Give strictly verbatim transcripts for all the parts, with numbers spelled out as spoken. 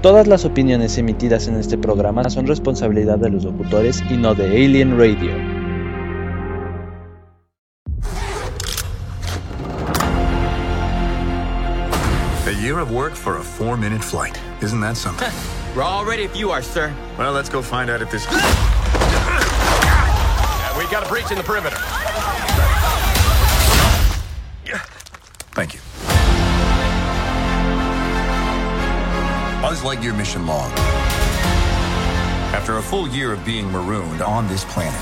Todas las opiniones emitidas en este programa son responsabilidad de los locutores y no de Alien Radio. A year of work for a four-minute flight. Isn't that something? We're all ready if you are, sir. Well, let's go find out if this... Yeah, we got a breach in the perimeter. Thank you. Buzz Lightyear mission log. After a full year of being marooned on this planet,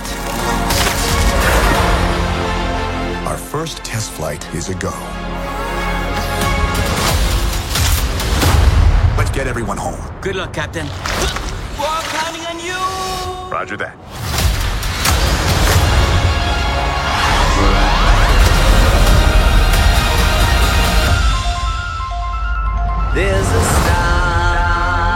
our first test flight is a go. Let's get everyone home. Good luck, Captain. We're all counting on you! Roger that. There's a star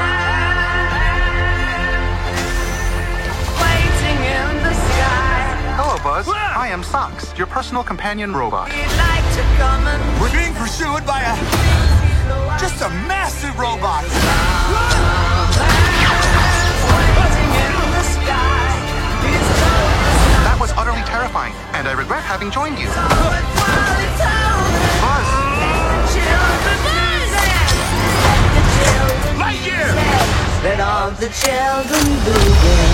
waiting in the sky. Hello, Buzz. I am Socks, your personal companion robot. We'd like to come and We're being pursued by a... just a massive robot. waiting in the sky. That was utterly terrifying, and I regret having joined you. Buzz! Lightyear! Let all the children begin.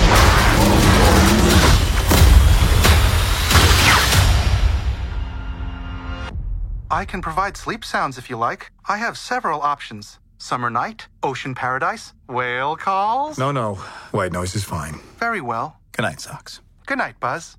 I can provide sleep sounds if you like. I have several options. Summer night, ocean paradise, whale calls. No, no. White noise is fine. Very well. Good night, Socks. Good night, Buzz.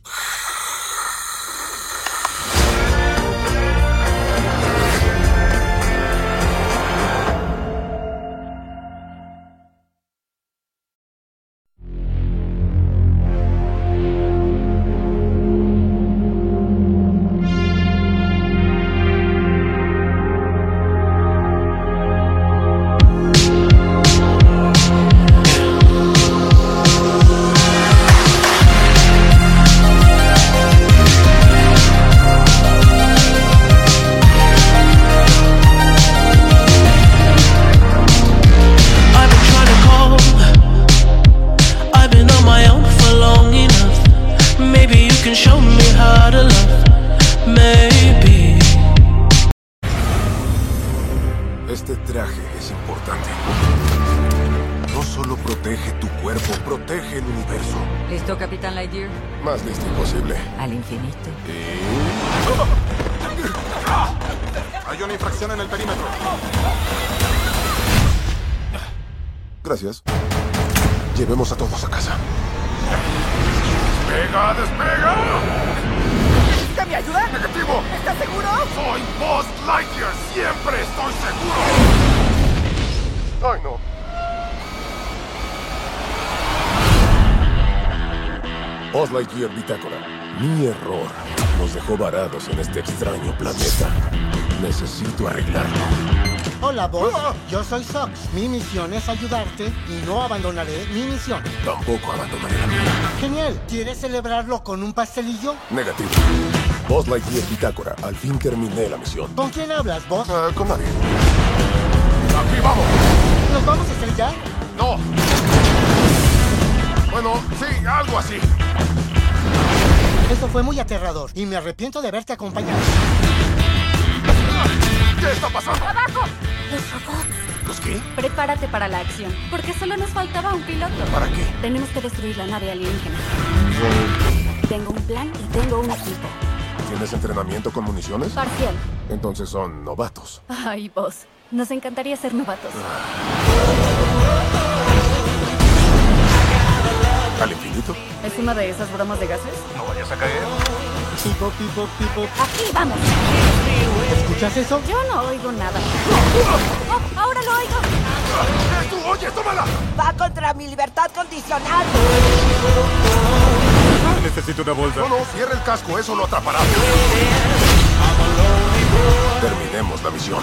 Este traje es importante. No solo protege tu cuerpo, protege el universo. ¿Listo, Capitán Lightyear? Más listo imposible. Al infinito. Hay una infracción en el perímetro. Gracias. Llevemos a todos a casa. ¡Despega, despega! ¿Necesita mi ayuda? ¡Negativo! ¿Estás seguro? ¡Soy Buzz Lightyear! ¡Siempre estoy seguro! ¡Ay, no! Buzz Lightyear Bitácora. Mi error nos dejó varados en este extraño planeta. Necesito arreglarlo. Hola, Buzz. Yo soy Sox. Mi misión es ayudarte y no abandonaré mi misión. Tampoco abandonaré la mía. Genial. ¿Quieres celebrarlo con un pastelillo? Negativo. Buzz Lightyear Bitácora. Al fin terminé la misión. ¿Con quién hablas, Buzz? Ah, con nadie. ¡Aquí vamos! ¿Nos vamos a estrellar? ¡No! Bueno, sí, algo así. Esto fue muy aterrador y me arrepiento de haberte acompañado. ¿Qué está pasando? ¡Abajo! Los robots. ¿Los qué? Prepárate para la acción, porque solo nos faltaba un piloto. ¿Para qué? Tenemos que destruir la nave alienígena. Tengo un plan y tengo un equipo. ¿Tienes entrenamiento con municiones? Parcial. Entonces son novatos. Ay, vos. Nos encantaría ser novatos. ¿Al infinito? ¿Es una de esas bromas de gases? No vayas a caer. Pipo, pipo, pipo. Aquí vamos. ¿Escuchas eso? Yo no oigo nada. Oh, ahora lo oigo. ¡Eh, tú! ¡Oye, tómala! Va contra mi libertad condicional. Necesito una bolsa. No, no, cierra el casco, eso lo atrapará. Terminemos la misión.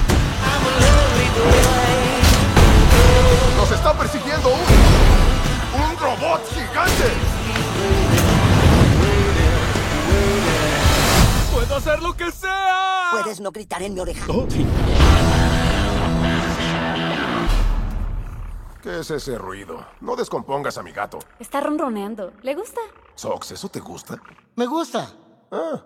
¡Nos está persiguiendo un... un robot gigante! ¡Puedo hacer lo que sea! Puedes no gritar en mi oreja. Oh, sí. ¿Qué es ese ruido? No descompongas a mi gato. Está ronroneando. ¿Le gusta? Sox, ¿eso te gusta? Me gusta. Ah.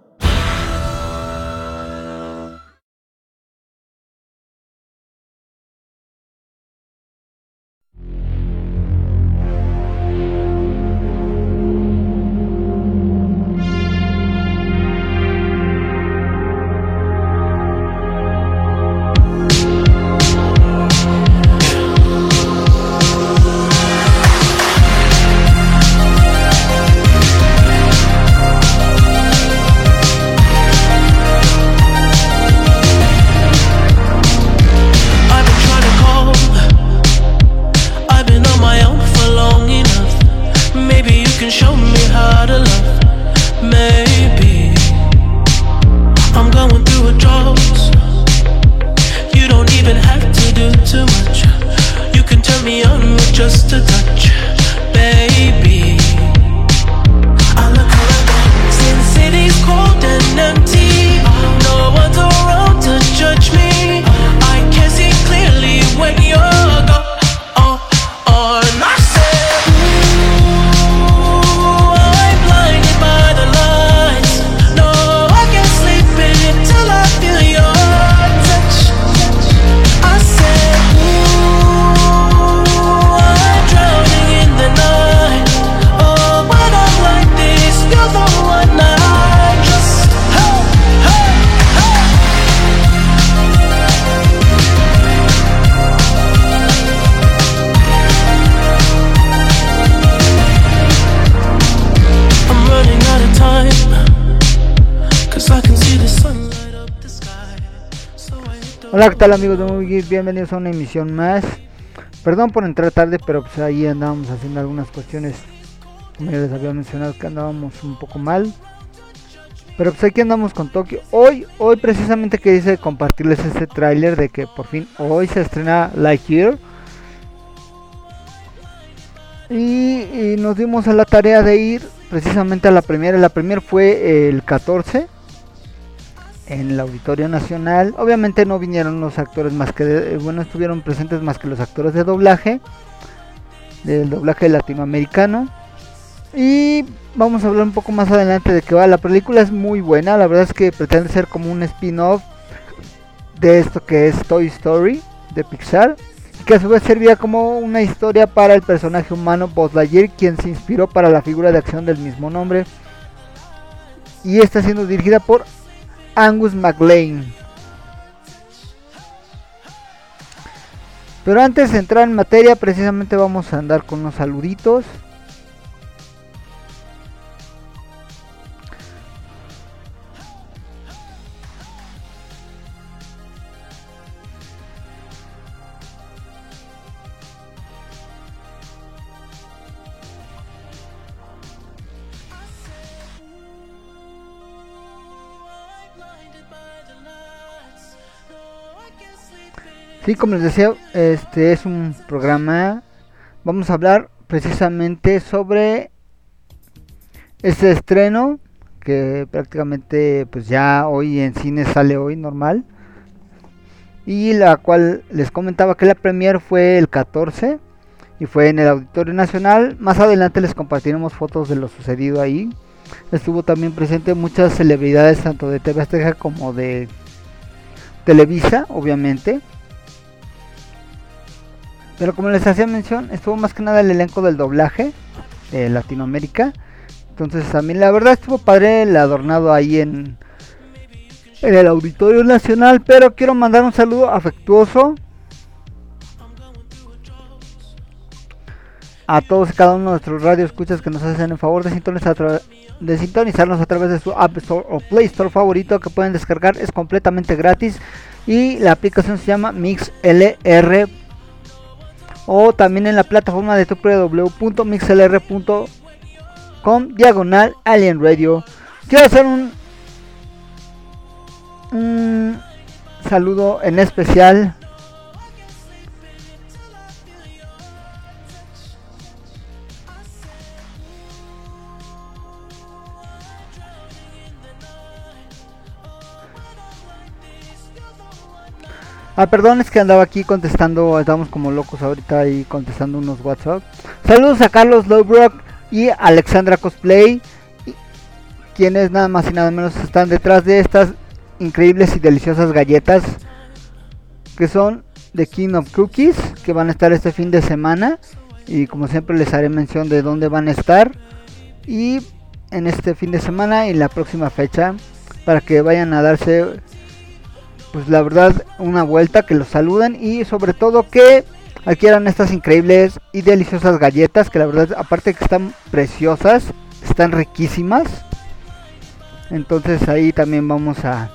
Hola, ¿qué tal amigos de Movie Geek? Bienvenidos a una emisión más. Perdón por entrar tarde, pero pues ahí andábamos haciendo algunas cuestiones, como ya les había mencionado, que andábamos un poco mal. Pero pues aquí andamos con Tokio. Hoy, hoy precisamente quise compartirles este tráiler de que por fin hoy se estrena Lightyear. Y, y nos dimos a la tarea de ir precisamente a la premiere. La premiere fue el catorce en el Auditorio Nacional. Obviamente no vinieron los actores más que de, bueno, estuvieron presentes más que los actores de doblaje, del doblaje latinoamericano. Y vamos a hablar un poco más adelante de que va. La película es muy buena, la verdad es que pretende ser como un spin-off de esto que es Toy Story de Pixar, y que a su vez servía como una historia para el personaje humano Buzz Lightyear, quien se inspiró para la figura de acción del mismo nombre, y está siendo dirigida por Angus MacLane. Pero antes de entrar en materia, precisamente vamos a andar con unos saluditos. Sí, como les decía, este es un programa. Vamos a hablar precisamente sobre este estreno que prácticamente pues ya hoy en cine sale hoy normal, y la cual les comentaba que la premier fue el catorce y fue en el Auditorio Nacional. Más adelante les compartiremos fotos de lo sucedido ahí. Estuvo también presente muchas celebridades tanto de T V Azteca como de Televisa, obviamente. Pero como les hacía mención, estuvo más que nada el elenco del doblaje de Latinoamérica. Entonces también la verdad estuvo padre el adornado ahí en, en el Auditorio Nacional. Pero quiero mandar un saludo afectuoso a todos y cada uno de nuestros radioescuchas que nos hacen el favor de sintonizar a tra- de sintonizarnos a través de su App Store o Play Store favorito, que pueden descargar, es completamente gratis. Y la aplicación se llama MixLR, o también en la plataforma de w w w punto mixlr punto com diagonal Alien Radio. Quiero hacer un, un saludo en especial Ah, perdón, es que andaba aquí contestando, estamos como locos ahorita ahí contestando unos WhatsApp. Saludos a Carlos Lowbrock y Alexandra Cosplay, quienes nada más y nada menos están detrás de estas increíbles y deliciosas galletas que son The King of Cookies, que van a estar este fin de semana. Y como siempre les haré mención de dónde van a estar y en este fin de semana y la próxima fecha, para que vayan a darse, pues la verdad, una vuelta, que los saluden y sobre todo que adquieran estas increíbles y deliciosas galletas, que la verdad, aparte que están preciosas, están riquísimas. Entonces ahí también vamos a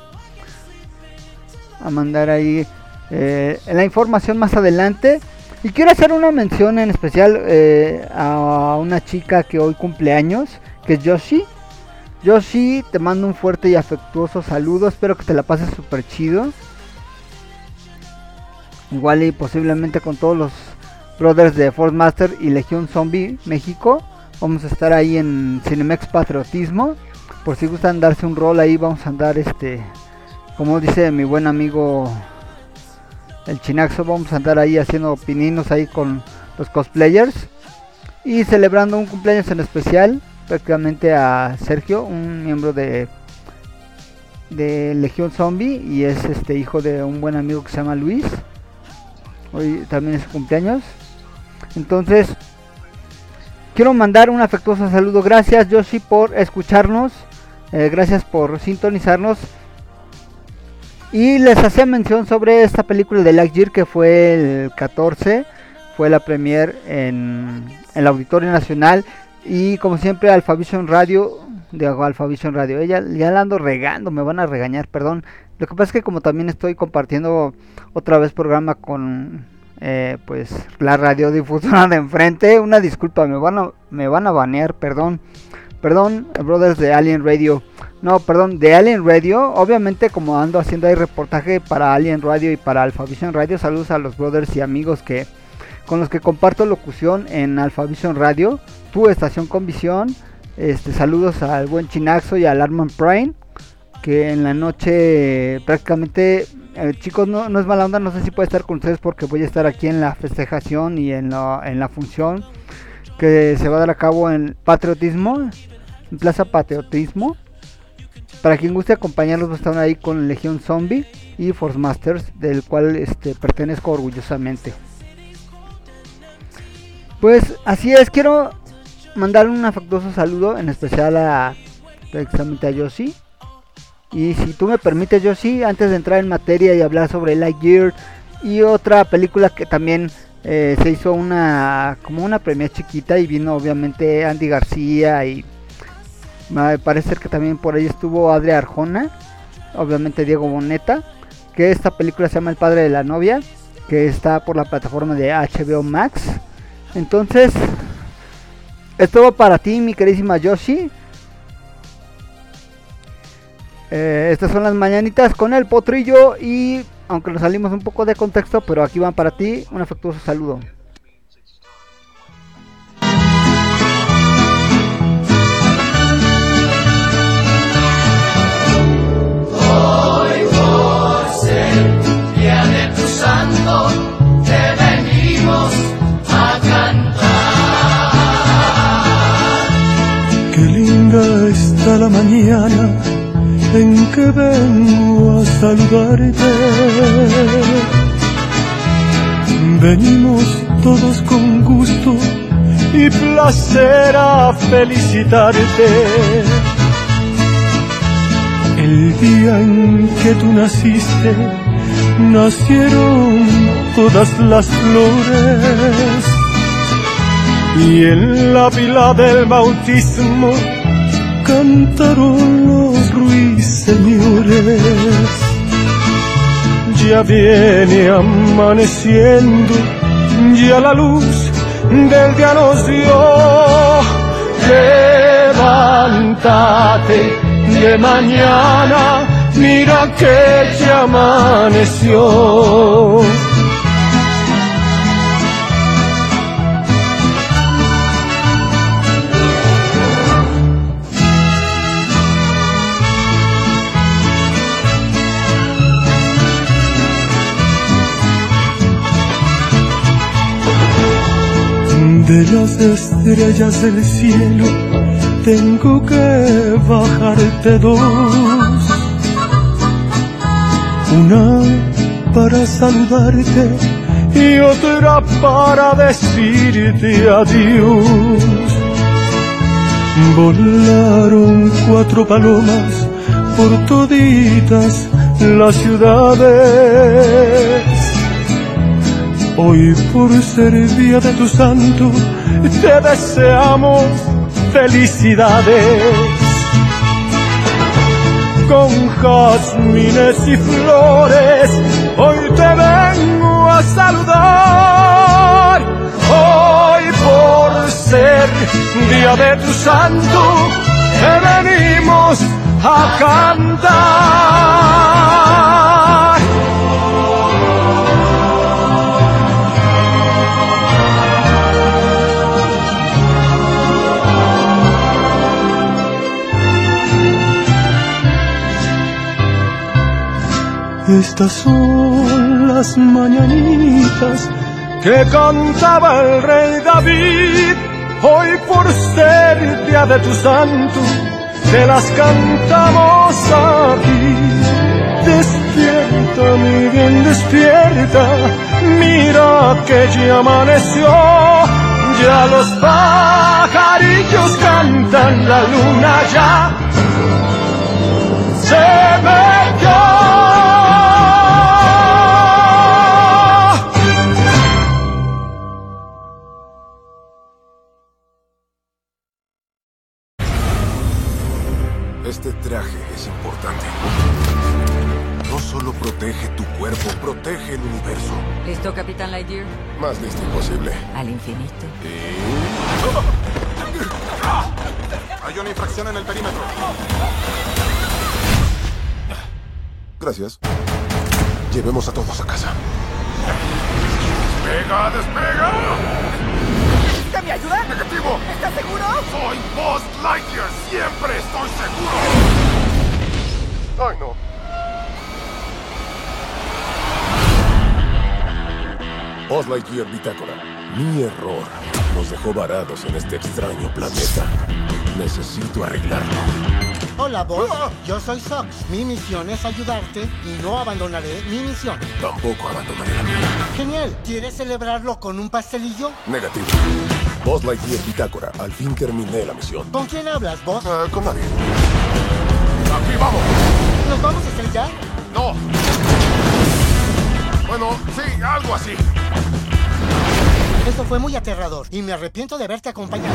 a mandar ahí eh, la información más adelante. Y quiero hacer una mención en especial eh, a una chica que hoy cumple años, que es Yoshi. Yoshi, te mando un fuerte y afectuoso saludo, espero que te la pases súper chido. Igual y posiblemente con todos los brothers de Force Master y Legión Zombie México. Vamos a estar ahí en Cinemex Patriotismo. Por si gustan darse un rol ahí, vamos a andar este, como dice mi buen amigo el Chinaxo, vamos a andar ahí haciendo pininos ahí con los cosplayers y celebrando un cumpleaños en especial prácticamente a Sergio, un miembro de de Legión Zombie y es este hijo de un buen amigo que se llama Luis. Hoy también es su cumpleaños. Entonces quiero mandar un afectuoso saludo. Gracias Yoshi por escucharnos, eh, gracias por sintonizarnos. Y les hacía mención sobre esta película de Lightyear que fue el catorce, fue la premier en el Auditorio Nacional. Y como siempre Alphavision Radio, digo Alphavision Radio, ella ya la ando regando, me van a regañar, perdón. Lo que pasa es que como también estoy compartiendo otra vez programa con eh, pues la radiodifusora de enfrente, una disculpa, me van a me van a banear, perdón. Perdón, brothers de Alien Radio. No, perdón, de Alien Radio. Obviamente como ando haciendo ahí reportaje para Alien Radio y para Alphavision Radio. Saludos a los brothers y amigos que con los que comparto locución en Alphavision Radio, tu estación con visión. Este, saludos al buen Chinaxo y al Arman Prime, que en la noche prácticamente, eh, chicos, no, no es mala onda, no sé si puede estar con ustedes porque voy a estar aquí en la festejación y en la, en la función que se va a dar a cabo en Patriotismo, en Plaza Patriotismo. Para quien guste acompañarlos, va a estar ahí con Legión Zombie y Force Masters, del cual este, pertenezco orgullosamente. Pues así es, quiero mandar un afectuoso saludo en especial a precisamente a Yoshi. Y si tú me permites, Yoshi, antes de entrar en materia y hablar sobre Lightyear y otra película que también eh, se hizo una como una premia chiquita y vino obviamente Andy García y me parece que también por ahí estuvo Adri Arjona, obviamente Diego Boneta, que esta película se llama El padre de la novia, que está por la plataforma de H B O Max. Entonces, esto va para ti, mi queridísima Yoshi. Eh, estas son las mañanitas con el potrillo y aunque nos salimos un poco de contexto, pero aquí van para ti, un afectuoso saludo. Hoy por ser día de tu santo, te venimos a cantar. Qué linda está la mañana en que vengo a saludarte. Venimos todos con gusto y placer a felicitarte. El día en que tú naciste, nacieron todas las flores, y en la pila del bautismo cantaron los ruiseñores. Ya viene amaneciendo, ya la luz del día nos dio. Levántate de mañana, mira que ya amaneció. de las estrellas del cielo tengo que bajarte dos, una para saludarte y otra para decirte adiós. Volaron cuatro palomas por toditas las ciudades. Hoy por ser día de tu santo te deseamos felicidades. Con jazmines y flores hoy te vengo a saludar. Hoy por ser día de tu santo te venimos a cantar. Estas son las mañanitas que cantaba el rey David. Hoy por ser día de tu santo te las cantamos a ti. Despierta, mi bien, despierta, mira que ya amaneció. Ya los pajarillos cantan, la luna ya se metió. Este traje es importante. No solo protege tu cuerpo, protege el universo. ¿Listo, Capitán Lightyear? Más listo imposible. Al infinito. Y... Hay una infracción en el perímetro. Gracias. Llevemos a todos a casa. ¡Despega, despega! ¿Necesita mi ayuda? ¡Negativo! ¿Estás seguro? ¡Soy Buzz Lightyear! ¡Siempre estoy seguro! ¡Ay, no! Buzz Lightyear Bitácora. Mi error nos dejó varados en este extraño planeta. Necesito arreglarlo. Hola, Buzz. Yo soy Sox. Mi misión es ayudarte y no abandonaré mi misión. Tampoco abandonaré la mía. Genial. ¿Quieres celebrarlo con un pastelillo? Negativo. Buzz Lightyear Bitácora. Al fin terminé la misión. ¿Con quién hablas, Buzz? Uh, con nadie. ¡Aquí vamos! ¿Nos vamos a estrellar? ¡No! Bueno, sí, algo así. Esto fue muy aterrador y me arrepiento de haberte acompañado.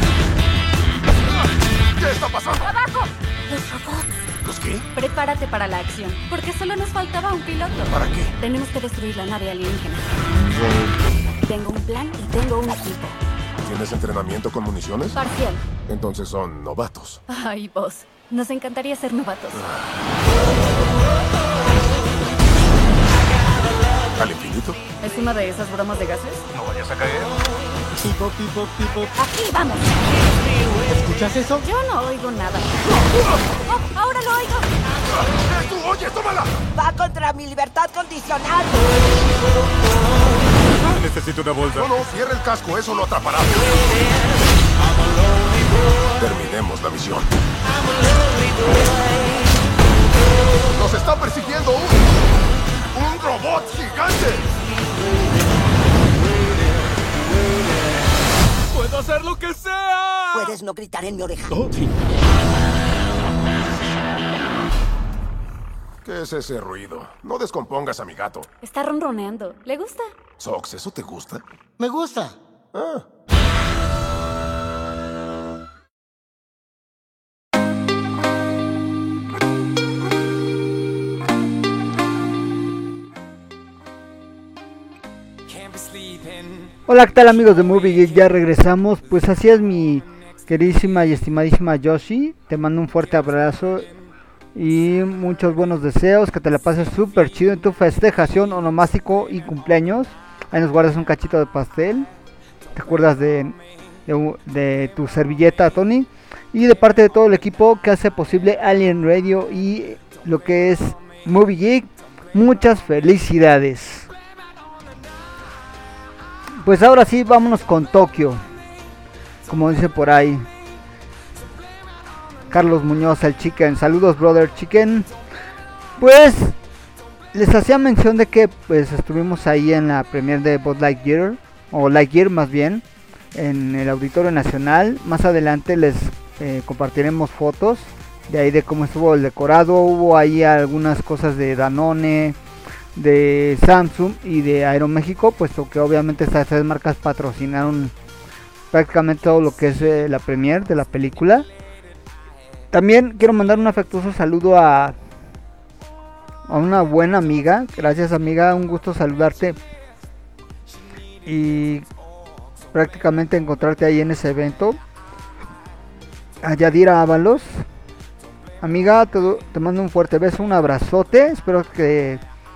¿Qué está pasando? ¡Abajo! Los robots. ¿Los qué? Prepárate para la acción, porque solo nos faltaba un piloto. ¿Para qué? Tenemos que destruir la nave alienígena. Tengo un plan y tengo un equipo. ¿Tienes entrenamiento con municiones? Parcial. Entonces son novatos. Ay, vos. Nos encantaría ser novatos. ¿Al infinito? ¿Es una de esas bromas de gases? No vayas a caer. Pipo, pipo, pipo. Aquí vamos. ¿Escuchas eso? Yo no oigo nada. Oh, ahora lo oigo. ¡Eh, tú! ¡Oye, tómala! Va contra mi libertad condicional. Necesito una bolsa. No, no, cierra el casco, eso lo atrapará. Terminemos la misión. ¡Nos está persiguiendo un... un robot gigante! ¡Puedo hacer lo que sea! Puedes no gritar en mi oreja. Oh, sí. ¿Qué es ese ruido? No descompongas a mi gato. Está ronroneando. ¿Le gusta? Sox, ¿eso te gusta? Me gusta. Ah. Hola, ¿qué tal amigos de Movie Geek? Ya regresamos. Pues así es, mi queridísima y estimadísima Yoshi. Te mando un fuerte abrazo y muchos buenos deseos. Que te la pases súper chido en tu festejación, onomástico y cumpleaños. Ahí nos guardas un cachito de pastel. Te acuerdas de, de, de tu servilleta, Tony. Y de parte de todo el equipo que hace posible Alien Radio y lo que es Movie Geek, muchas felicidades. Pues ahora sí, vámonos con Tokio. como dice por ahí Carlos Muñoz, el Chicken. Saludos, brother Chicken. Pues les hacía mención de que pues estuvimos ahí en la premiere de Buzz Lightyear, o Lightyear más bien, en el Auditorio Nacional. Más adelante les eh, compartiremos fotos de ahí de cómo estuvo el decorado. Hubo ahí algunas cosas de Danone, de Samsung y de Aeroméxico, puesto que obviamente estas tres marcas patrocinaron prácticamente todo lo que es eh, la premiere de la película. También quiero mandar un afectuoso saludo a, a una buena amiga. Gracias, amiga, un gusto saludarte y prácticamente encontrarte ahí en ese evento. A Yadira Ábalos, amiga, te, te mando un fuerte beso, un abrazote. Espero que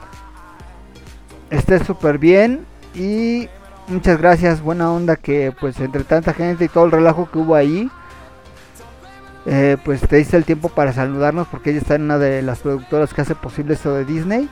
estés súper bien y muchas gracias, buena onda, que pues entre tanta gente y todo el relajo que hubo ahí, eh, pues te diste el tiempo para saludarnos, porque ella está en una de las productoras que hace posible esto de Disney.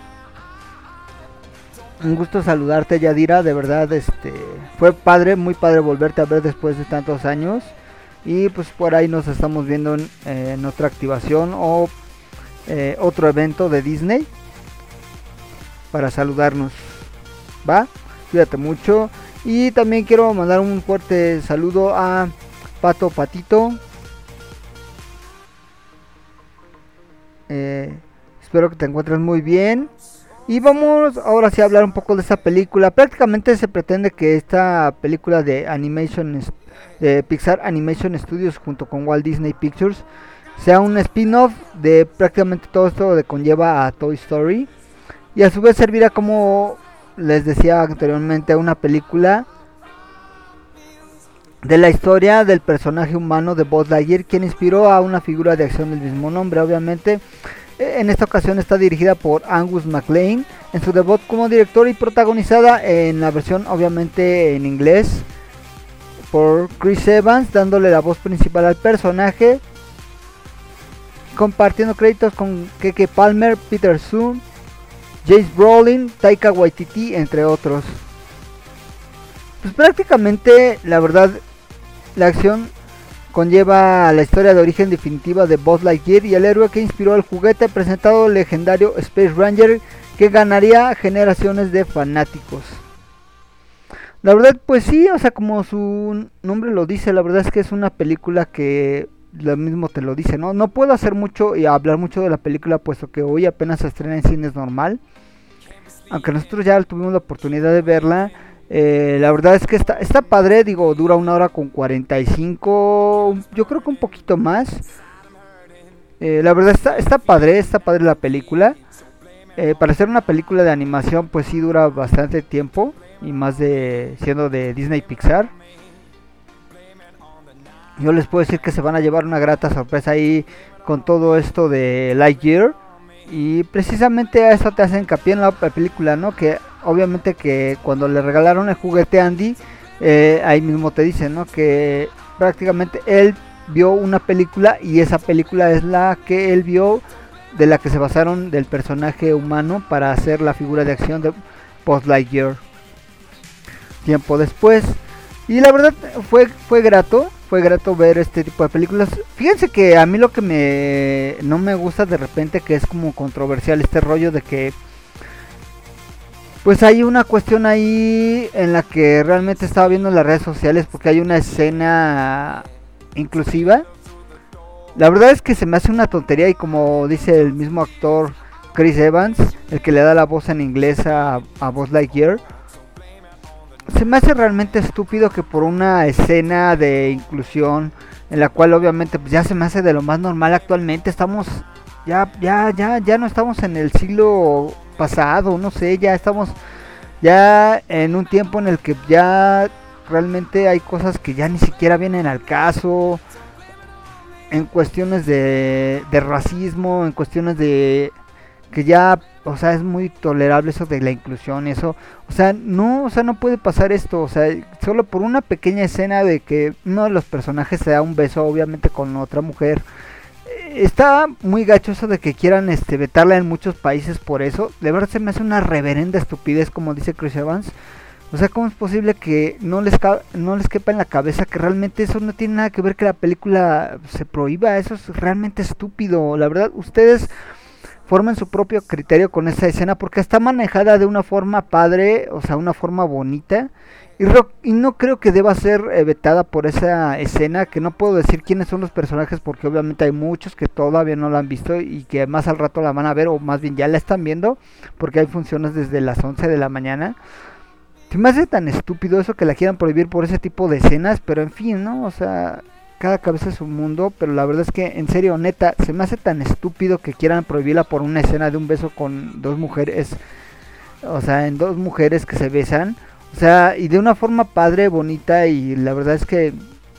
Un gusto saludarte, Yadira, de verdad, este fue padre, muy padre volverte a ver después de tantos años. Y pues por ahí nos estamos viendo en, eh, en otra activación o eh, otro evento de Disney para saludarnos, ¿va? Cuídate mucho. Y también quiero mandar un fuerte saludo a Pato Patito. Eh, espero que te encuentres muy bien. Y vamos ahora sí a hablar un poco de esta película. Prácticamente se pretende que esta película de Animation, de Pixar Animation Studios junto con Walt Disney Pictures, sea un spin-off de prácticamente todo esto que conlleva a Toy Story. Y a su vez servirá, como les decía anteriormente, una película de la historia del personaje humano de Buzz Lightyear, quien inspiró a una figura de acción del mismo nombre. Obviamente en esta ocasión está dirigida por Angus MacLean en su debut como director, y protagonizada en la versión obviamente en inglés por Chris Evans, dándole la voz principal al personaje, compartiendo créditos con Keke Palmer, Peter Sun, James Brolin, Taika Waititi, entre otros. Pues prácticamente, la verdad, la acción conlleva la historia de origen definitiva de Buzz Lightyear y el héroe que inspiró el juguete presentado legendario Space Ranger, que ganaría generaciones de fanáticos. La verdad, pues sí, o sea, como su nombre lo dice, la verdad es que es una película que lo mismo te lo dice, ¿no? No puedo hacer mucho y hablar mucho de la película, puesto que hoy apenas se estrena en cines normal. Aunque nosotros ya tuvimos la oportunidad de verla. Eh, la verdad es que está, está padre, digo, dura una hora con cuarenta y cinco, yo creo que un poquito más. Eh, la verdad está, está padre, está padre la película. Eh, para ser una película de animación, pues sí dura bastante tiempo, y más de siendo de Disney Pixar. Yo les puedo decir que se van a llevar una grata sorpresa ahí con todo esto de Lightyear. Y precisamente a eso te hace hincapié en la película, ¿no? Que obviamente que cuando le regalaron el juguete a Andy, eh, ahí mismo te dicen, ¿no? Que prácticamente él vio una película, y esa película es la que él vio, de la que se basaron del personaje humano para hacer la figura de acción de Buzz Lightyear tiempo después. Y la verdad fue fue grato, fue grato ver este tipo de películas. Fíjense que a mí lo que me no me gusta de repente, que es como controversial este rollo de que pues hay una cuestión ahí en la que realmente estaba viendo en las redes sociales, porque hay una escena inclusiva. La verdad es que se me hace una tontería, y como dice el mismo actor Chris Evans, el que le da la voz en inglés a, a Buzz Lightyear, se me hace realmente estúpido que por una escena de inclusión, en la cual obviamente pues ya se me hace de lo más normal actualmente. Estamos ya ya ya ya no estamos en el siglo pasado, no sé, ya estamos ya en un tiempo en el que ya realmente hay cosas que ya ni siquiera vienen al caso, en cuestiones de, de racismo, en cuestiones de que ya, o sea, es muy tolerable eso de la inclusión, eso, o sea, no, o sea, no puede pasar esto, o sea, solo por una pequeña escena de que uno de los personajes se da un beso, obviamente, con otra mujer. Está muy gacho eso de que quieran este vetarla en muchos países por eso. De verdad se me hace una reverenda estupidez, como dice Chris Evans, O sea, ¿cómo es posible que no les ca- no les quepa en la cabeza que realmente eso no tiene nada que ver que la película se prohíba? Eso es realmente estúpido. La verdad, ustedes formen su propio criterio con esa escena porque está manejada de una forma padre, o sea, una forma bonita. Y, ro- y no creo que deba ser eh, vetada por esa escena, que no puedo decir quiénes son los personajes porque obviamente hay muchos que todavía no la han visto y que más al rato la van a ver, o más bien ya la están viendo, porque hay funciones desde las once de la mañana. Se me hace tan estúpido eso que la quieran prohibir por ese tipo de escenas, pero en fin, ¿no? O sea, cada cabeza es un mundo, pero la verdad es que, en serio, neta, se me hace tan estúpido que quieran prohibirla por una escena de un beso con dos mujeres, o sea, en dos mujeres que se besan, o sea, y de una forma padre, bonita, y la verdad es que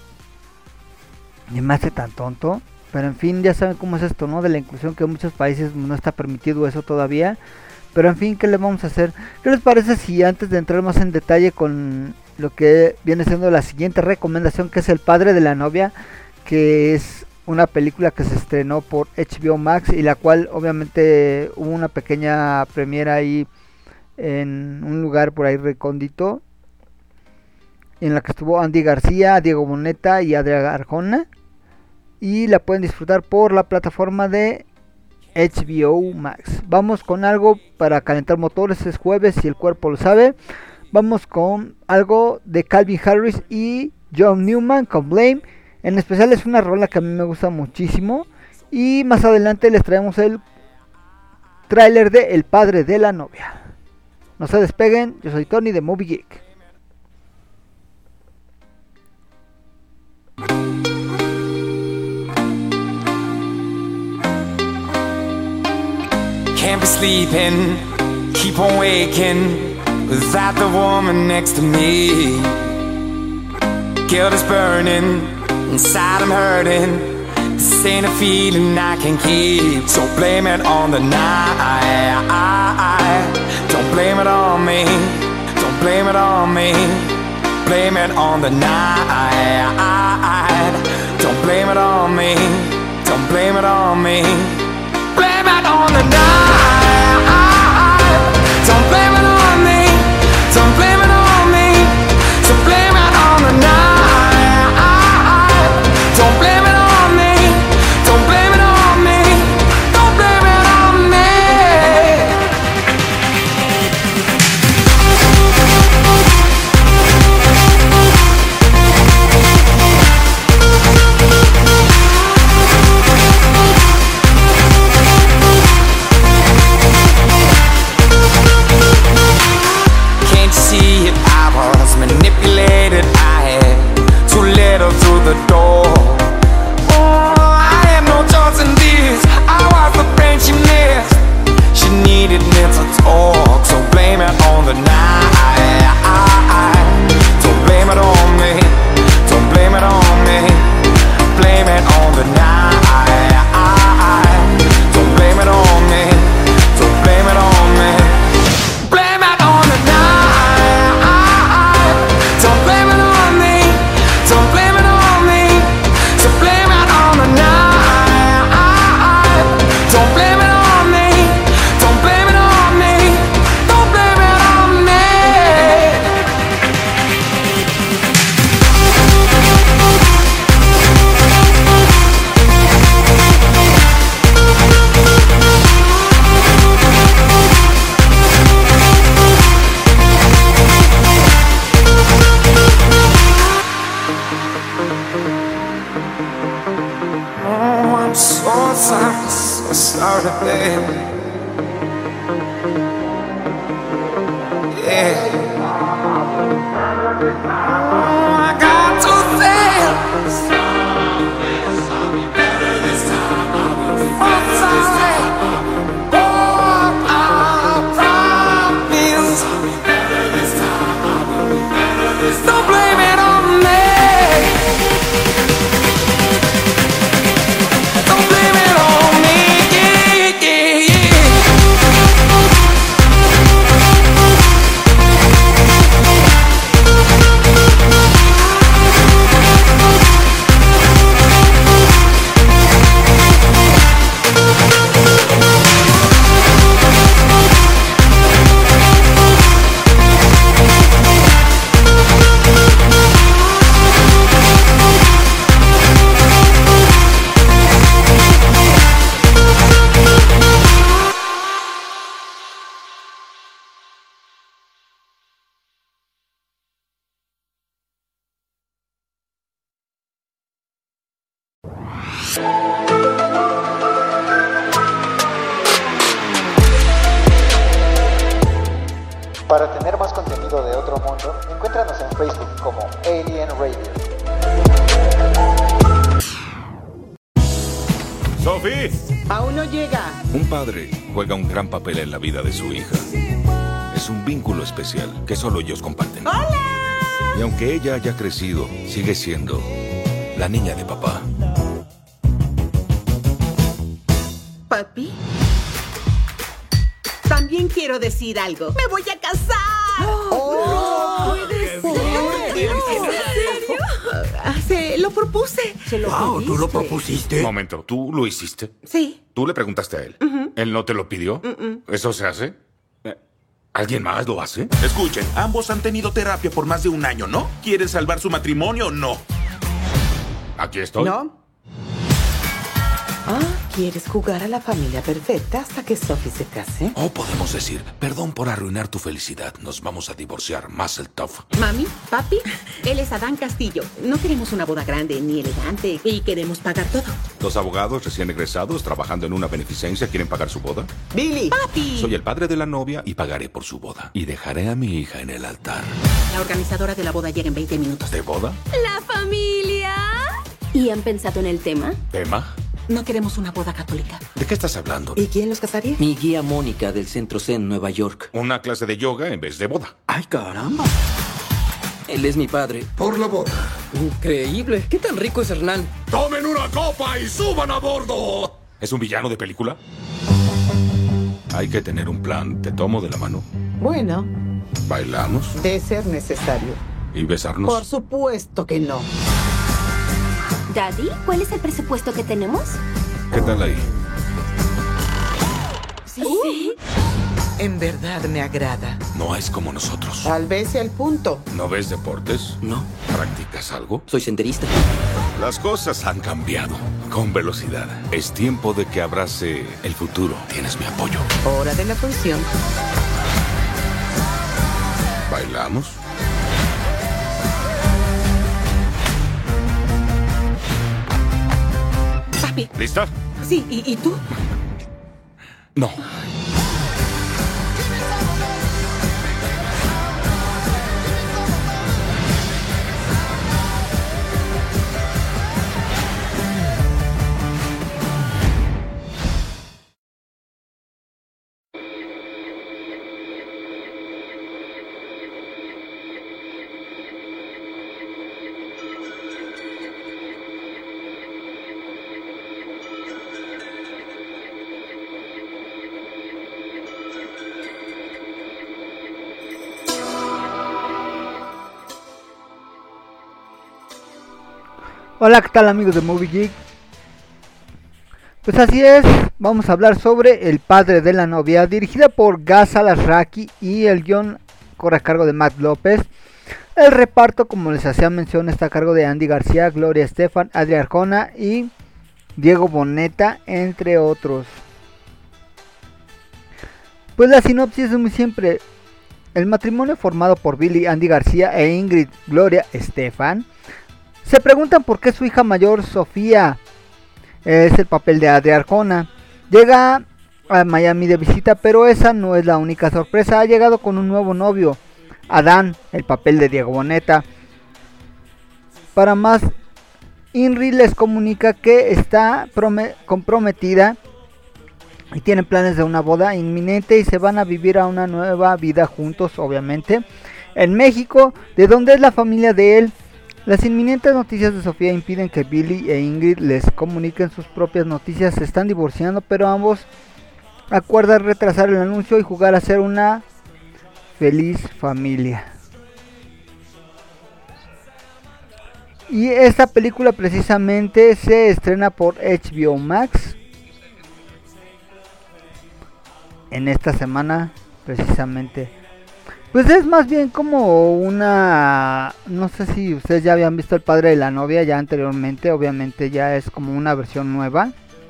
me hace tan tonto, pero en fin, ya saben cómo es esto, ¿no? De la inclusión, que en muchos países no está permitido eso todavía. Pero en fin, ¿qué le vamos a hacer? ¿Qué les parece si antes de entrar más en detalle con lo que viene siendo la siguiente recomendación, que es El padre de la novia, que es una película que se estrenó por H B O Max y la cual obviamente hubo una pequeña premiera ahí en un lugar por ahí recóndito, en la que estuvo Andy García, Diego Boneta y Adrián Arjona, y la pueden disfrutar por la plataforma de H B O Max. Vamos con algo para calentar motores, es jueves y el cuerpo lo sabe. Vamos con algo de Calvin Harris y John Newman con Blame. En especial es una rola que a mí me gusta muchísimo. Y más adelante les traemos el tráiler de El padre de la novia. No se despeguen, yo soy Tony de Movie Geek. Can't be sleeping, keep on waking without the woman next to me. Guilt is burning, inside I'm hurting. This ain't a feeling I can keep. So blame it on the night. Don't blame it on me. Don't blame it on me. Blame it on the night. Don't blame it on me. Don't blame it on me. Blame it on the night. Don't blame it on me. Don't blame it on me. So blame it on the night. Don't blame it on me. Don't blame it on me. Don't blame it on me. Para tener más contenido de otro mundo, encuéntranos en Facebook como Alien Radio. ¡Sophie! Aún no llega. Un padre juega un gran papel en la vida de su hija. Es un vínculo especial que solo ellos comparten. ¡Hola! Y aunque ella haya crecido, sigue siendo la niña de papá. ¿Papi? También quiero decir algo. ¡Me voy a casar! ¡Oh! ¡No puede ser! ¿En serio? Ah, se lo propuse. Se lo wow, ¿tú lo propusiste? Un momento, ¿tú lo hiciste? Sí. ¿Tú le preguntaste a él? Uh-huh. ¿Él no te lo pidió? Uh-uh. ¿Eso se hace? ¿Alguien más lo hace? Escuchen, ambos han tenido terapia por más de un año, ¿no? ¿Quieren salvar su matrimonio o no? Aquí estoy. ¿No? Ah, ¿quieres jugar a la familia perfecta hasta que Sophie se case? O podemos decir, perdón por arruinar tu felicidad. Nos vamos a divorciar, Mazeltov. Mami, papi, él es Adán Castillo. No queremos una boda grande ni elegante y queremos pagar todo. Los abogados recién egresados trabajando en una beneficencia quieren pagar su boda. Billy. Papi. Soy el padre de la novia y pagaré por su boda. Y dejaré a mi hija en el altar. La organizadora de la boda llega en veinte minutos. ¿De boda? ¡La familia! ¿Y han pensado en el tema? ¿Tema? No queremos una boda católica. ¿De qué estás hablando? ¿Y quién los casaría? Mi guía Mónica del Centro Zen, Nueva York. Una clase de yoga en vez de boda. ¡Ay, caramba! Él es mi padre. Por la boda. Increíble. ¿Qué tan rico es Hernán? ¡Tomen una copa y suban a bordo! ¿Es un villano de película? Hay que tener un plan. ¿Te tomo de la mano? Bueno. ¿Bailamos? De ser necesario. ¿Y besarnos? Por supuesto que no. Daddy, ¿cuál es el presupuesto que tenemos? ¿Qué tal ahí? ¿Sí? ¿Sí? En verdad me agrada. No es como nosotros. Tal vez sea el punto. ¿No ves deportes? No. ¿Practicas algo? Soy senderista. Las cosas han cambiado con velocidad. Es tiempo de que abrace el futuro. Tienes mi apoyo. Hora de la función. ¿Bailamos? Papi. ¿Lista? Sí, ¿y, y tú? No. Hola, ¿qué tal amigos de Movie Geek? Pues así es, vamos a hablar sobre El padre de la novia, dirigida por Gaz Al-Azraqui y el guión corre a cargo de Matt López. El reparto, como les hacía mención, está a cargo de Andy García, Gloria Estefan, Adri Arjona y Diego Boneta, entre otros. Pues la sinopsis es muy simple. El matrimonio formado por Billy, Andy García e Ingrid Gloria Estefan se preguntan por qué su hija mayor, Sofía, es el papel de Adri Arjona. Llega a Miami de visita, pero esa no es la única sorpresa. Ha llegado con un nuevo novio, Adán, el papel de Diego Boneta. Para más, Ingrid les comunica que está comprometida y tienen planes de una boda inminente y se van a vivir a una nueva vida juntos, obviamente, en México, de donde es la familia de él. Las inminentes noticias de Sofía impiden que Billy e Ingrid les comuniquen sus propias noticias. Se están divorciando, pero ambos acuerdan retrasar el anuncio y jugar a ser una feliz familia. Y esta película precisamente se estrena por H B O Max en esta semana precisamente. Pues es más bien como una... No sé si ustedes ya habían visto El padre de la novia ya anteriormente. Obviamente ya es como una versión nueva.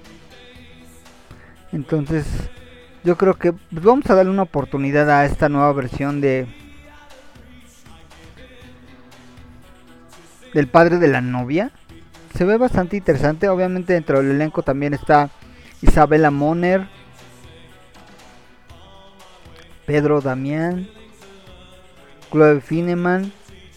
Entonces yo creo que pues vamos a darle una oportunidad a esta nueva versión de... del padre de la novia. Se ve bastante interesante. Obviamente dentro del elenco también está Isabela Moner, Pedro Damián, Chloe Fineman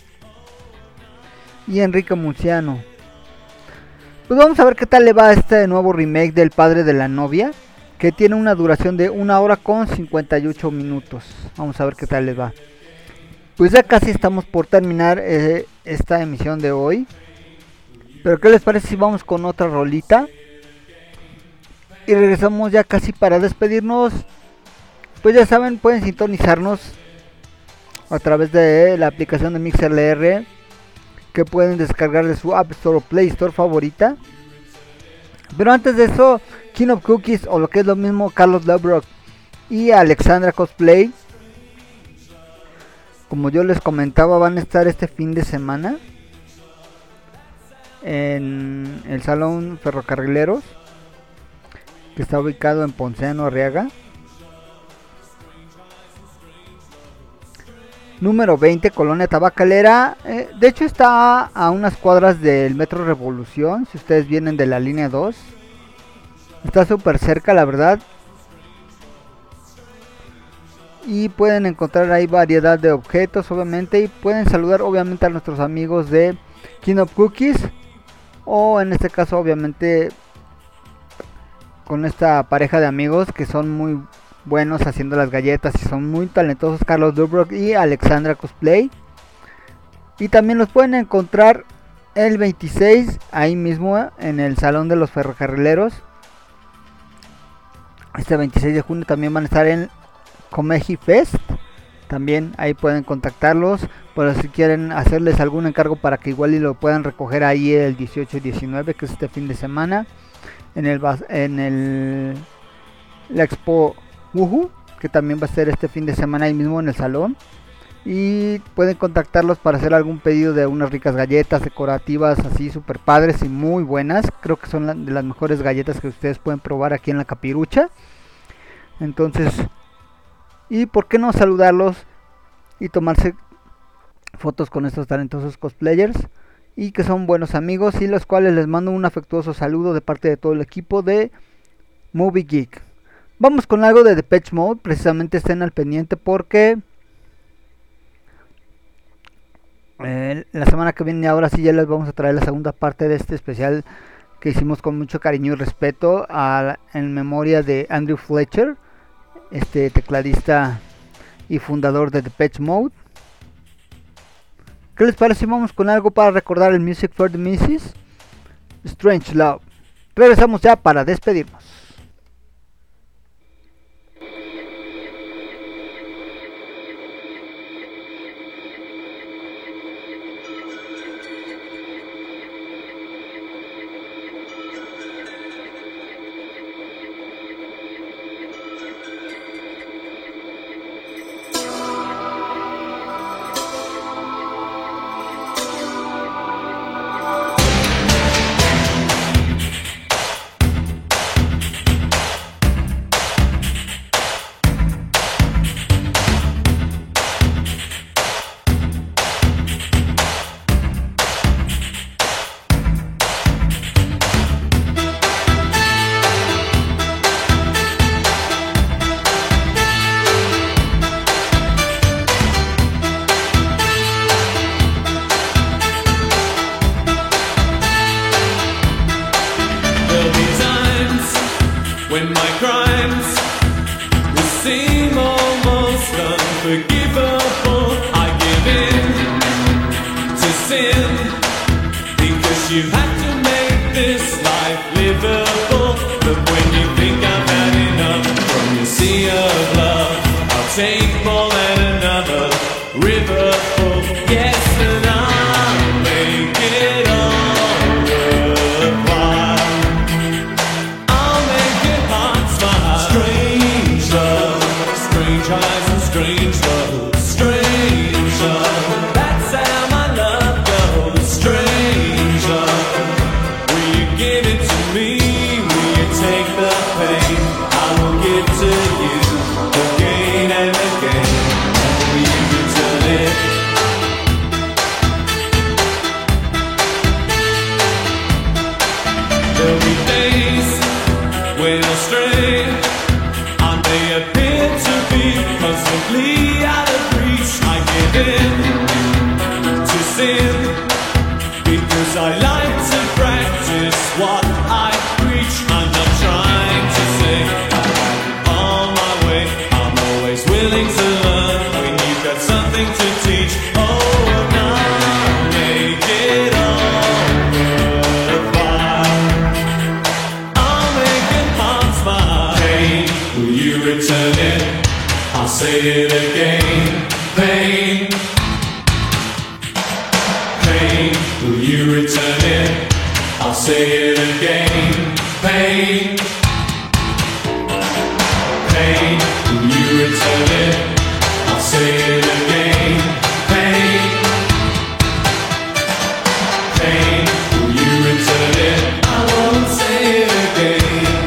y Enrique Murciano. Pues vamos a ver qué tal le va a este nuevo remake del Padre de la Novia, que tiene una duración de una hora con cincuenta y ocho minutos. Vamos a ver qué tal les va. Pues ya casi estamos por terminar eh, esta emisión de hoy. Pero ¿qué les parece si vamos con otra rolita? Y regresamos ya casi para despedirnos. Pues ya saben, pueden sintonizarnos a través de la aplicación de MixLR, que pueden descargar de su App Store o Play Store favorita. Pero antes de eso, King of Cookies, o lo que es lo mismo, Carlos Lebrock y Alexandra Cosplay, como yo les comentaba, van a estar este fin de semana en el Salón Ferrocarrileros, que está ubicado en Ponciano Arriaga, número veinte, Colonia Tabacalera. Eh, de hecho está a unas cuadras del Metro Revolución, si ustedes vienen de la línea dos. Está súper cerca, la verdad. Y pueden encontrar ahí variedad de objetos, obviamente. Y pueden saludar, obviamente, a nuestros amigos de King of Cookies. O en este caso, obviamente, con esta pareja de amigos que son muy buenos haciendo las galletas y son muy talentosos, Carlos Lebrock y Alexandra Cosplay. Y también los pueden encontrar el veintiséis, ahí mismo en el Salón de los Ferrocarrileros. Este veintiséis de junio también van a estar en Comeji Fest. También ahí pueden contactarlos, pero si quieren hacerles algún encargo para que igual y lo puedan recoger ahí el dieciocho y diecinueve, que es este fin de semana, en el en el la Expo Uhu, que también va a ser este fin de semana ahí mismo en el salón. Y pueden contactarlos para hacer algún pedido de unas ricas galletas decorativas así super padres y muy buenas. Creo que son la, de las mejores galletas que ustedes pueden probar aquí en la Capirucha. Entonces, y por qué no saludarlos y tomarse fotos con estos talentosos cosplayers, y que son buenos amigos, y los cuales les mando un afectuoso saludo de parte de todo el equipo de Movie Geek. Vamos con algo de Depeche Mode, precisamente estén al pendiente porque eh, la semana que viene ahora sí ya les vamos a traer la segunda parte de este especial que hicimos con mucho cariño y respeto a, en memoria de Andrew Fletcher, este tecladista y fundador de Depeche Mode. ¿Qué les parece si vamos con algo para recordar el Music for the Misses? Strange Love. Regresamos ya para despedirnos. When I stray, and they appear to be constantly out of reach. I give begin to sin, because I like to practice what I preach. I'm not trying to say I'm on my way. I'm always willing to learn when you've got something to teach. Oh, now make it all worthwhile. I'll make it pop smile. Pain, will you return it? I'll say it again. Pain, pain, will you return it? I'll say it again. Pain, pain, will you return it? I'll say it again. Pain, pain, will you return it? I won't say it again.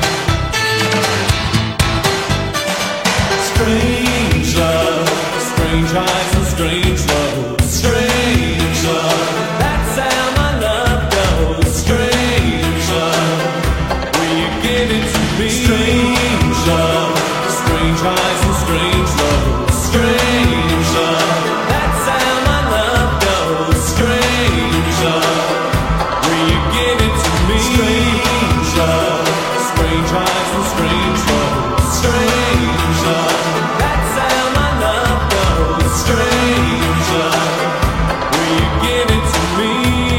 Strange love, strange highs and strange lows. Strange love, that's how my love goes. Strange love, will you give it to me? Strange love, strange highs and strange lows. Strange love, that's how my love goes. Strange love, will you give it to me? Strange love, strange highs and strange lows. Strange love, that's how my love goes. Strange love, will you give it to me?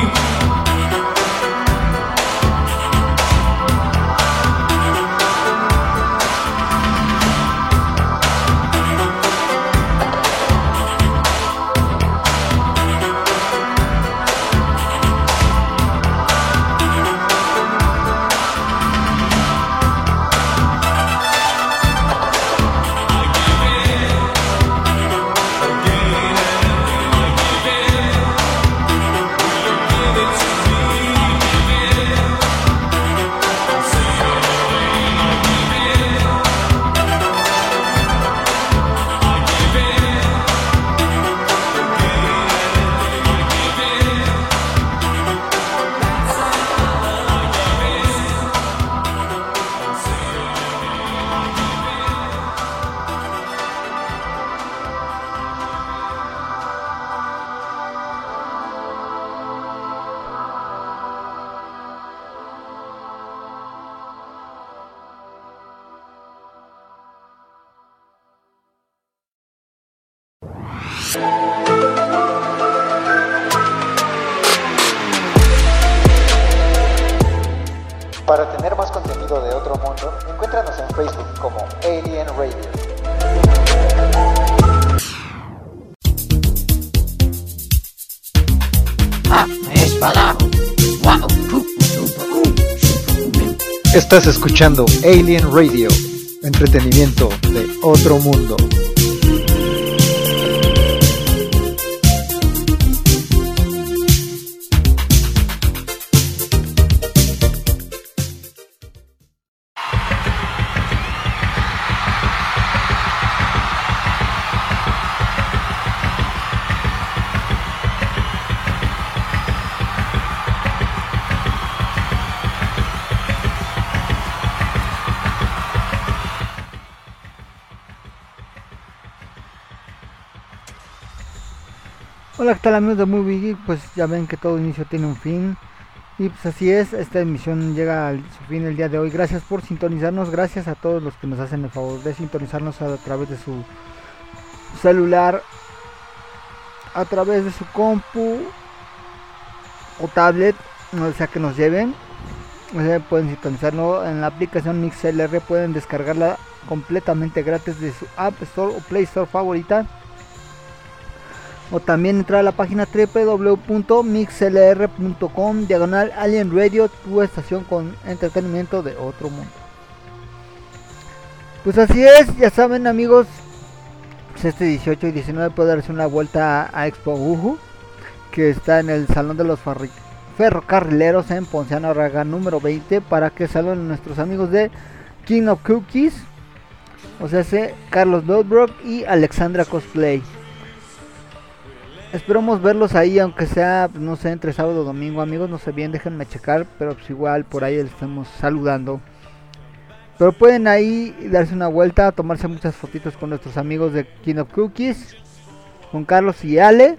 Para tener más contenido de otro mundo, encuéntranos en Facebook como Alien Radio. Estás escuchando Alien Radio, entretenimiento de otro mundo. Hola, ¿qué tal amigos de Movie Geek? Pues ya ven que todo inicio tiene un fin. Y pues así es, esta emisión llega a su fin el día de hoy. Gracias por sintonizarnos, gracias a todos los que nos hacen el favor de sintonizarnos a través de su celular, a través de su compu o tablet, no sea que nos lleven. O sea, pueden sintonizarnos en la aplicación MixLR, pueden descargarla completamente gratis de su App Store o Play Store favorita. O también entrar a la página doble u doble u doble u punto mixlr punto com diagonal Alien Radio, tu estación con entretenimiento de otro mundo. Pues así es, ya saben amigos, pues este dieciocho y diecinueve puede darse una vuelta a, a Expo Uhu, que está en el Salón de los Ferrocarrileros en Ponciano Arraga número veinte, para que salgan nuestros amigos de King of Cookies, o sea, Carlos Lodbrok y Alexandra Cosplay. Esperamos verlos ahí, aunque sea, no sé, entre sábado o domingo, amigos, no sé bien, déjenme checar, pero pues igual por ahí les estamos saludando. Pero pueden ahí darse una vuelta, tomarse muchas fotitos con nuestros amigos de King of Cookies. con Carlos y Ale.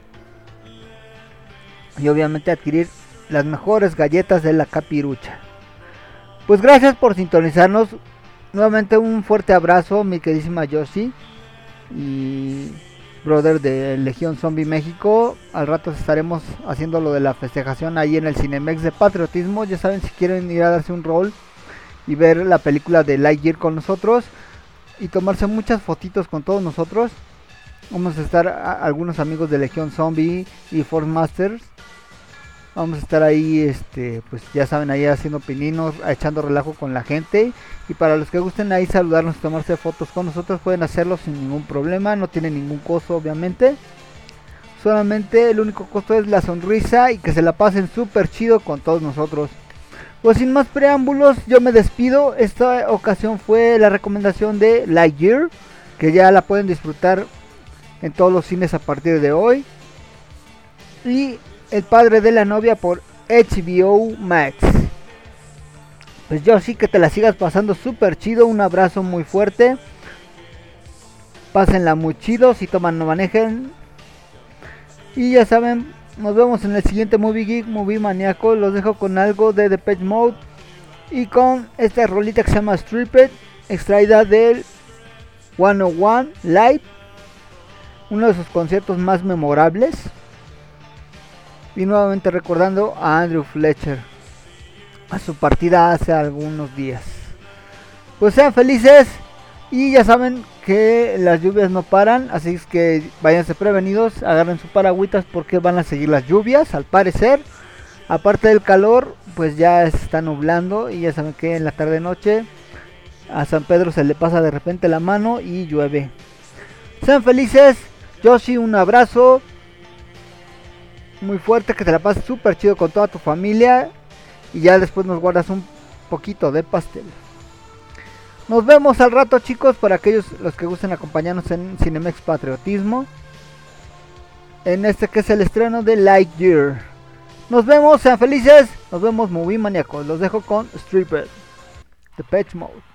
Y obviamente adquirir las mejores galletas de la Capirucha. Pues gracias por sintonizarnos. Nuevamente un fuerte abrazo, mi queridísima Yoshi y brother de Legión Zombie México. Al rato estaremos haciendo lo de la festejación ahí en el Cinemex de Patriotismo. Ya saben, si quieren ir a darse un rol y ver la película de Lightyear con nosotros y tomarse muchas fotitos con todos nosotros, vamos a estar a, algunos amigos de Legión Zombie y Force Masters. Vamos a estar ahí, este, pues ya saben, ahí haciendo pininos, echando relajo con la gente. Y para los que gusten ahí saludarnos y tomarse fotos con nosotros, pueden hacerlo sin ningún problema. No tiene ningún costo, obviamente. Solamente el único costo es la sonrisa y que se la pasen súper chido con todos nosotros. Pues sin más preámbulos, yo me despido. Esta ocasión fue la recomendación de Lightyear, que ya la pueden disfrutar en todos los cines a partir de hoy. Y El padre de la novia por H B O Max. Pues yo sí que te la sigas pasando súper chido. Un abrazo muy fuerte. Pásenla muy chido. Si toman no manejen. Y ya saben, nos vemos en el siguiente Movie Geek, Movie Maníaco. Los dejo con algo de Depeche Mode y con esta rolita que se llama Stripped, extraída del ciento uno Live, uno de sus conciertos más memorables. Y nuevamente recordando a Andrew Fletcher, a su partida hace algunos días. Pues sean felices y ya saben que las lluvias no paran, así es que váyanse prevenidos, agarren sus paragüitas porque van a seguir las lluvias al parecer. Aparte del calor, pues ya se está nublando y ya saben que en la tarde noche a San Pedro se le pasa de repente la mano y llueve. Sean felices, Yoshi, un abrazo muy fuerte, que te la pases súper chido con toda tu familia y ya después nos guardas un poquito de pastel. Nos vemos al rato, chicos, para aquellos los que gusten acompañarnos en Cinemex Patriotismo, en este que es el estreno de Lightyear. Nos vemos, sean felices, nos vemos, Movie Maníacos. Los dejo con Stripped, Depeche Mode.